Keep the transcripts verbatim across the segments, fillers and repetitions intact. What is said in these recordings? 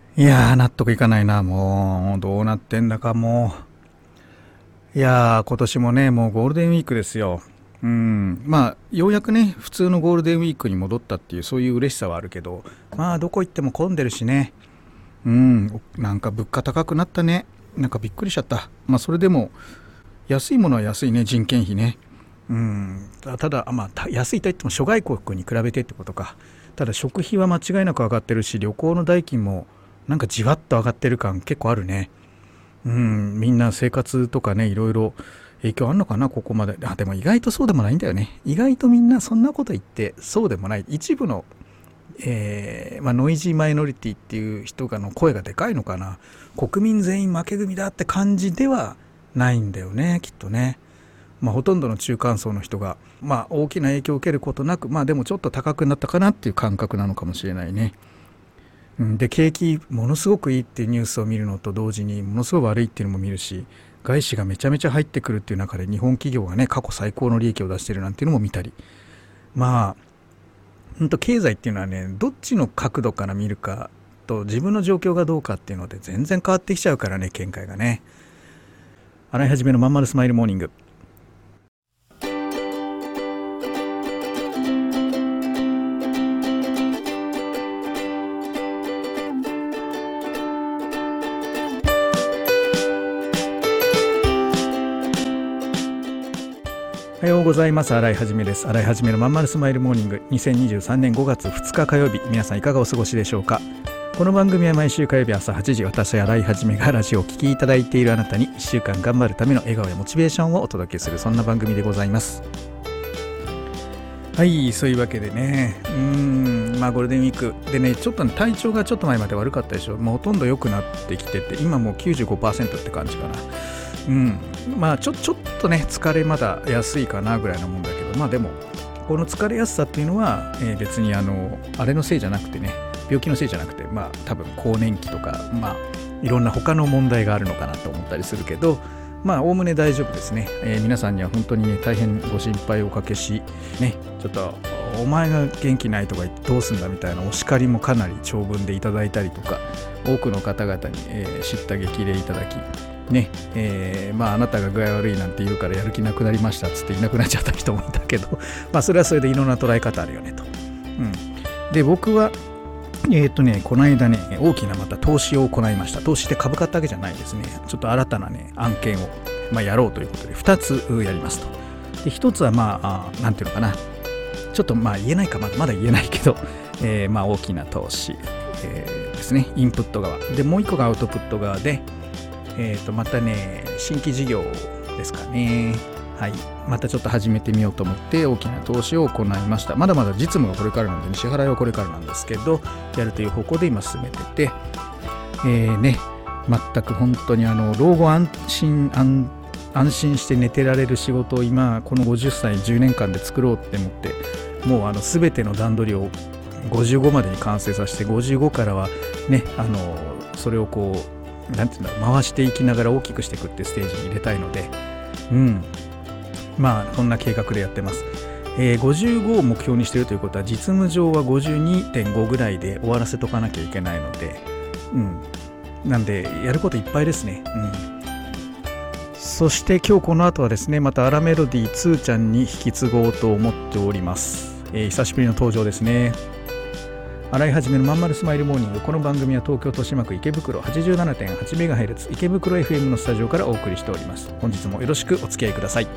いやー納得いかないな。もうどうなってんだかもう。いやー今年もねもうゴールデンウィークですよ。うん、まあようやくね普通のゴールデンウィークに戻ったっていうそういう嬉しさはあるけど、まあどこ行っても混んでるしね。うん、なんか物価高くなったね。なんかびっくりしちゃった。まあそれでも安いものは安いね、人件費ね。うん、ただ、まあ、安いといっても諸外国に比べてってことか。ただ食費は間違いなく上がってるし、旅行の代金もなんかじわっと上がってる感結構あるね。うん、みんな生活とかね、いろいろ影響あんのかな、ここまで。あ、でも意外とそうでもないんだよね。意外とみんなそんなこと言ってそうでもない。一部の、えーまあ、ノイジーマイノリティっていう人がの声がでかいのかな。国民全員負け組だって感じではないんだよね、きっとね。まあ、ほとんどの中間層の人が、まあ、大きな影響を受けることなく、まあ、でもちょっと高くなったかなっていう感覚なのかもしれないね。うん、で景気ものすごくいいっていうニュースを見るのと同時にものすごく悪いっていうのも見るし、外資がめちゃめちゃ入ってくるっていう中で日本企業がね過去最高の利益を出してるなんていうのも見たり、まあ本当経済っていうのはねどっちの角度から見るかと自分の状況がどうかっていうので全然変わってきちゃうからね、見解がね。洗い始めのまんまるスマイルモーニング。おはようございます。洗いはじめです。洗いはじめのまんまるスマイルモーニング。にせんにじゅうさんねんごがつふつか火曜日、皆さんいかがお過ごしでしょうか。この番組は毎週火曜日朝はちじ、私洗いはじめがラジオを聴きいただいているあなたにいっしゅうかん頑張るための笑顔やモチベーションをお届けする、そんな番組でございます。はい、そういうわけでね、うーんまあゴールデンウィークでね、ちょっと、ね、体調がちょっと前まで悪かったでしょ。もうほとんど良くなってきてて、今もう きゅうじゅうごパーセント って感じかな。うん、まあちょちょっとね疲れまだ安いかなぐらいのもんだけど、まあでもこの疲れやすさっていうのは、えー、別にあのあれのせいじゃなくてね、病気のせいじゃなくて、まあ多分更年期とか、まあいろんな他の問題があるのかなと思ったりするけど、まあおおむね大丈夫ですね。えー、皆さんには本当にね大変ご心配をおかけしね、ちょっとお前が元気ないとか言ってどうすんだみたいなお叱りもかなり長文でいただいたりとか、多くの方々に、えー、知った激励いただきね、えー、まああなたが具合悪いなんて言うからやる気なくなりましたっつっていなくなっちゃった人もいたけどまあそれはそれでいろんな捉え方あるよねと。うん、で僕はえっとねこの間ね大きなまた投資を行いました。投資って株買ったわけじゃないですね。ちょっと新たなね案件を、まあ、やろうということでふたつやりますと。でひとつはまああなんていうのかな、ちょっとまあ言えないか、まだまだ言えないけど、えー、まあ大きな投資、えー、ですね、インプット側で、もう一個がアウトプット側で、えー、とまたね新規事業ですかね。はい、またちょっと始めてみようと思って大きな投資を行いました。まだまだ実務がこれからなんで、ね、支払いはこれからなんですけど、やるという方向で今進めてて、えー、ね全く本当にあの老後安心安安心して寝てられる仕事を今このごじゅっさいじゅうねんかんで作ろうって思って、もうあの全ての段取りをごじゅうごまでに完成させて、ごじゅうごからはねあのそれをこうなんていうんだ回していきながら大きくしていくってステージに入れたいので、うんまあこんな計画でやってます。えー、ごじゅうごを目標にしているということは実務上は ごじゅうにてんご ぐらいで終わらせとかなきゃいけないので、うんなんでやることいっぱいですね。うんそして今日この後はですね、またアラメロディツーちゃんに引き継ごうと思っております。えー、久しぶりの登場ですね。洗い始めのまんまるスマイルモーニング。この番組は東京豊島区池袋 はちじゅうななてんはちメガヘルツ 池袋 エフエム のスタジオからお送りしております。本日もよろしくお付き合いください。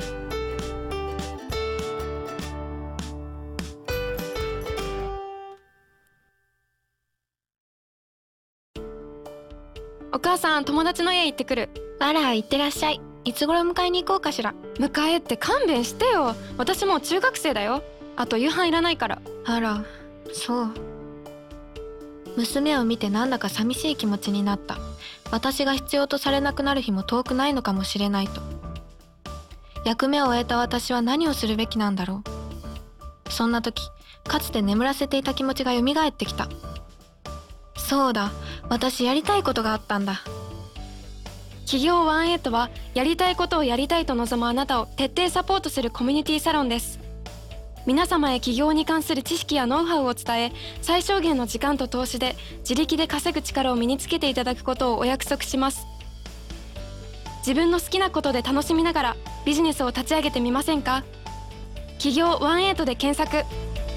お母さん、友達の家行ってくる。 あら、行ってらっしゃい。いつ頃迎えに行こうかしら。 迎えって勘弁してよ。私もう中学生だよ。あと夕飯いらないから。 あら、そう。娘を見てなんだか寂しい気持ちになった。私が必要とされなくなる日も遠くないのかもしれないと。役目を終えた私は何をするべきなんだろう。そんな時、かつて眠らせていた気持ちが蘇ってきた。そうだ、私やりたいことがあったんだ。 企業 ワンエイト はやりたいことをやりたいと望むあなたを徹底サポートするコミュニティサロンです。 皆様へ起業に関する知識やノウハウを伝え、最小限の時間と投資で自力で稼ぐ力を身につけていただくことをお約束します。自分の好きなことで楽しみながらビジネスを立ち上げてみませんか？起業じゅうはちで検索。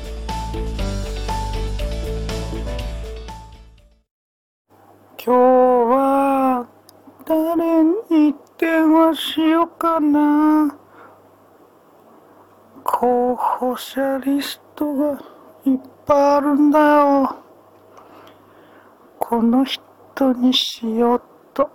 今日は誰に電話しようかな。候補者リストがいっぱいあるんだよ。この人にしようと。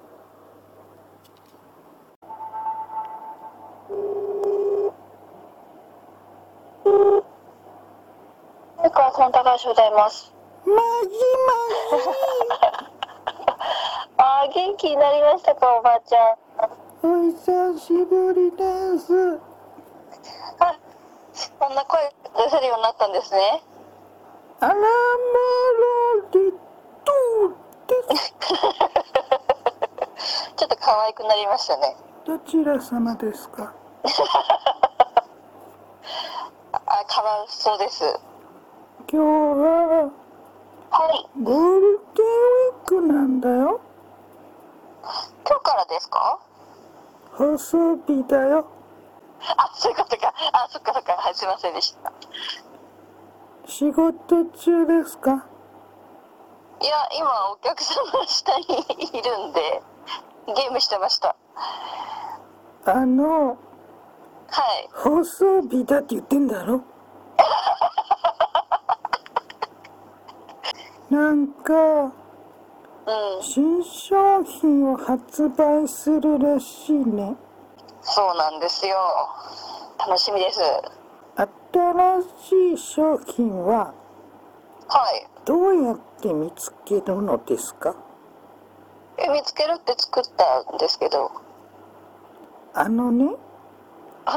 湯川さん、高橋ございます。 マジマあー、元気になりましたか、おばあちゃん。 ジお久しぶりです。 あ、そんな声出せるようになったんですね。 あらまられとです。 ちょっと可愛くなりましたね。 どちら様ですか？ あ、かわいそうです。 今日ははい。 ゴールデンウィークなんだよ。 今日からですか？ 放送日だよ。 あ、そういうことか。あ、そっかそっか。はい、すいませんでした。 仕事中ですか？ いや、今お客さんの下にいるんでゲームしてました。 あの、 はい。 放送日だって言ってんだろ。なんかうん、 新商品を発売するらしいね。 そうなんですよ。楽しみです。 新しい商品ははい。 どうやって見つけるのですか？ え、見つけるって作ったんですけど。 あのね、 はい。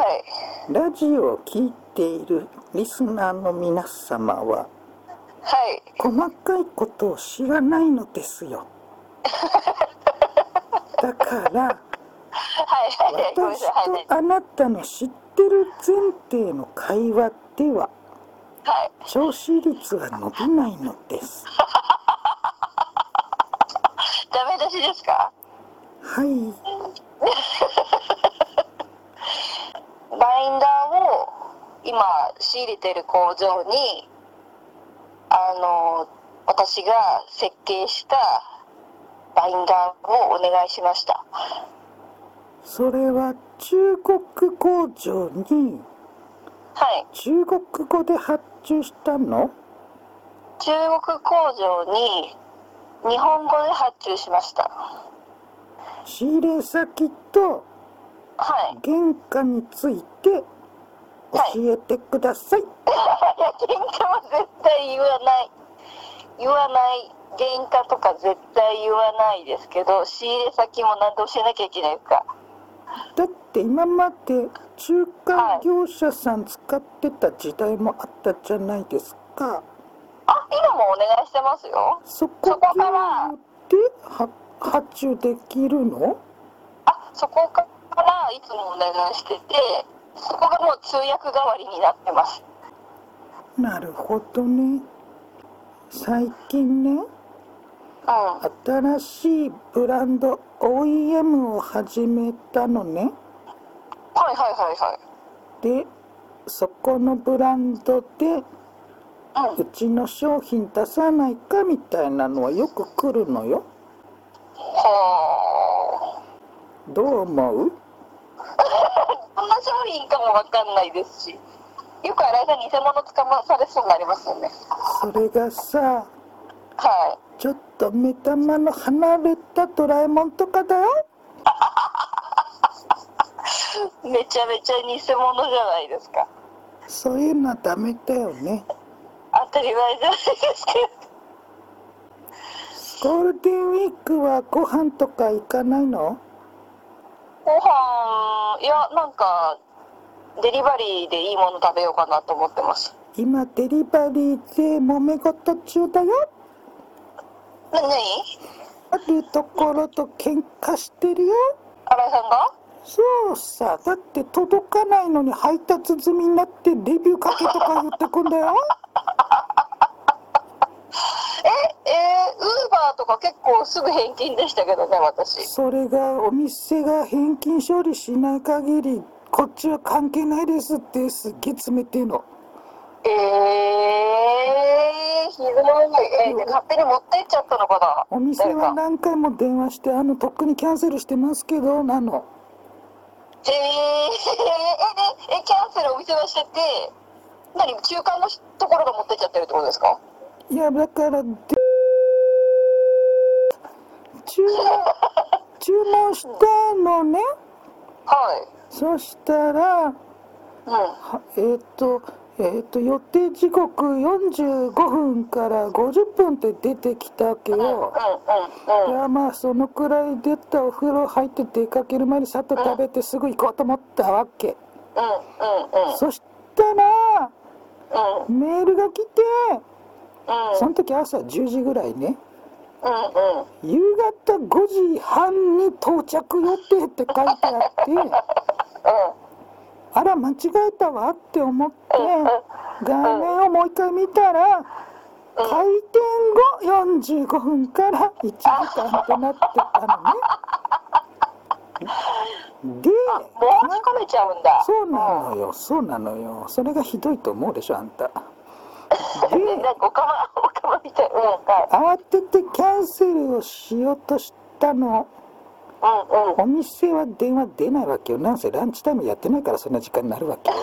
ラジオを聞いているリスナーの皆様ははい。 細かいことを知らないのですよ。だからはいはいはい。ごめんな私さい。はい。 とあなたの知ってる前提の会話でははい。 聴取率は伸びないのです。 ダメ出しですか？ はい。 バインダーを今仕入れてる工場に、あの私が設計したバインダーをお願いしました。 それは中国工場にはい。 中国語で発注したの？ 中国工場に日本語で発注しました。 仕入れ先とはい。 原価について教えてください。 いや、原価は絶対言わない。言わない。原価とか絶対言わないですけど、仕入れ先も何で教えなきゃいけないですか？ だって今まで中間業者さん使ってた時代もあったじゃないですか。 あ、今もお願いしてますよ。 そこそこからでは発注できるの？ あ、そこからいつもお願いしてて、そこがもう通訳代わりになってます。 なるほどね。最近ね、 うん。は新しいブランド オーイーエム を始めたのね。 いはいはいはい。 で、そこのブランドでうん。 うちの商品出さないかみたいなのはよく来るのよ。 はどう思う？ あ。どんな商品かもわかんないですし、よく新井さん偽物捕まされそうになりますよね。 それがさ、 はちょっと目玉の離れたドラえもんとかだよ。 い。めちゃめちゃ偽物じゃないですか。 そういうのはダメだよね。 当たり前じゃないですけど。 ゴールデンウィークはご飯とか行かないの？ ご飯、いや、なんかデリバリーでいいもの食べようかなと思ってます。 今デリバリーで揉め事中だよ。 な、何？ あるところと喧嘩してるよ。 新井さんが？ そうさ、だって届かないのに配達済みになってレビューかけとか言ってくんだよ。 え、えー、ウーバーとか結構すぐ返金でしたけどね、私。 それがお店が返金処理しない限りこっちは関係ないですってすっげえ詰めてんの。 えー、ひどい。えー、で勝手に持ってっちゃったのかな。 お店は誰か何回も電話してあのとっくにキャンセルしてますけどなの。 えー、え、で、え、キャンセルお店はしてて、何、中間のところが持ってっちゃってるってことですか？ いやだからで注文注文したのね。 はい。 そしたらうん。 はえーっとえーっと予定時刻よんじゅうごふんからごじゅっぷんって出てきたわけよ。 うんうんうん。 いやまあそのくらい出たお風呂入って出かける前にさっと食べてすぐ行こうと思ったわけ。 うんうんうん。 そしたらうんメールが来て、 うんその時朝じゅうじぐらいね、 うんうん。 夕方ごじはんに到着予定って書いてあってあら間違えたわって思って画面をもう一回見たら開店後よんじゅうごふんからいちじかんってなってたのね。でもうつかめちゃうんだ。 そうなのよそうなのよそれがひどいと思うでしょあんた。 で、なんかおかま、おかまみたい。うん、は慌ててキャンセルをしようとしたの。 い。うんうん。 お店は電話出ないわけよ。なんせランチタイムやってないからそんな時間になるわけよ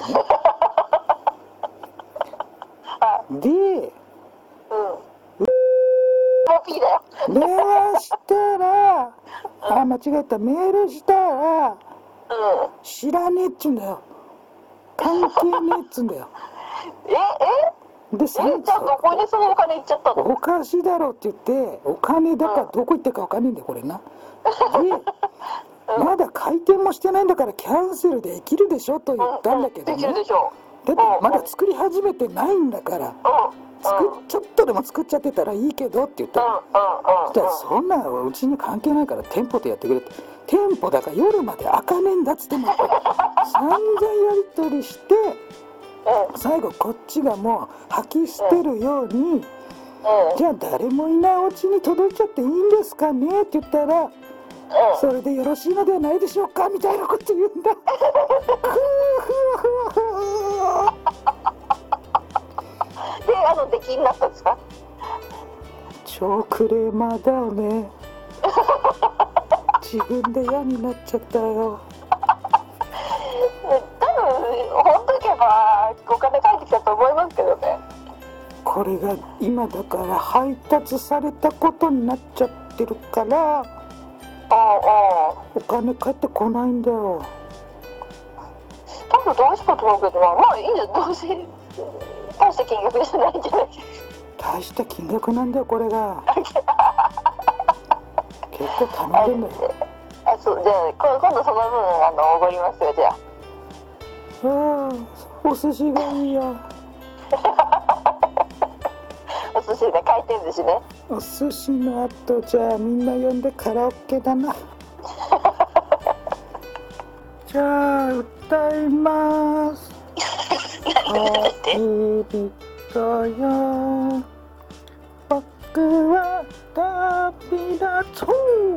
ね。で、 うん。もうピーだよ。 電話したら、あ、間違えた、メールしたら、 うん。 知らねえっつうんだよ。関係ねえっつうんだよ。 え、えで、さえ、じゃあどこにそのお金行っちゃったの？ おかしいだろうって言って、お金だからどこ行ってるかわかんねえんだよ、これな。で、まだ開店もしてないんだからキャンセルできるでしょと言ったんだけどできるね。 でしょ。 だってまだ作り始めてないんだから、 うん。 作っちょっとでも作っちゃってたらいいけどって言ったの。 うんうんうん。 そしたらそんなのうちに関係ないから店舗でやってくれって。店舗だから夜まで開かねえんだっつっても散々やり取りして最後こっちがもう吐き捨てるように、じゃあ誰もいないお家に届いちゃっていいんですかねって言ったら、それでよろしいのではないでしょうかみたいなこと言うんだ。 で、あの出禁になったんですか？ 超クレーマーだよね。自分で嫌になっちゃったよ。 多分ほっとけばお金返ってきたと思いますけどね。 これが今だから配達されたことになっちゃってるからうんうん。 お金返ってこないんだよ。 多分大事かと思うけどな。まあいいんじゃどうせ大した金額じゃないんじゃないですか。 大した金額なんだよこれが。結構頼んでんだよ。 あ、そう、じゃあ今今度その分あのおごりますよじゃあ。 ああ、お寿司がいいや。 お寿司で回転寿司ね。 お寿司の後じゃあみんな呼んでカラオケだな。じゃあ歌います。恋人よ僕は旅立とう。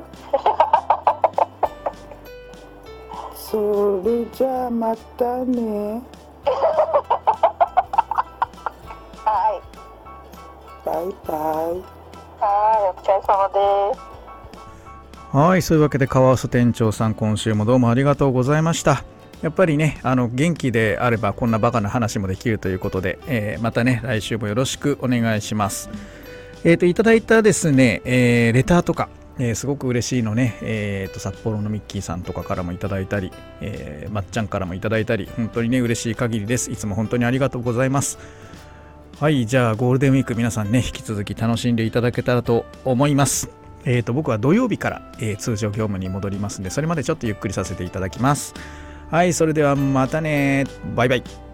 それじゃあまたね。 はい。 バイバイ。 はい、お疲れ様です。 はい、そういうわけでカワウソ店長さん、今週もどうもありがとうございました。やっぱりね、あの元気であればこんなバカな話もできるということで、えー、またね来週もよろしくお願いします。えーといただいたですね、えー、レターとか、えー、すごく嬉しいのね、えーと札幌のミッキーさんとかからもいただいたり、えー、まっちゃんからもいただいたり、本当にね嬉しい限りです。いつも本当にありがとうございます。はい、じゃあゴールデンウィーク皆さんね引き続き楽しんでいただけたらと思います。えーと僕は土曜日から、えー、通常業務に戻りますので、それまでちょっとゆっくりさせていただきます。はい、それではまたね。バイバイ。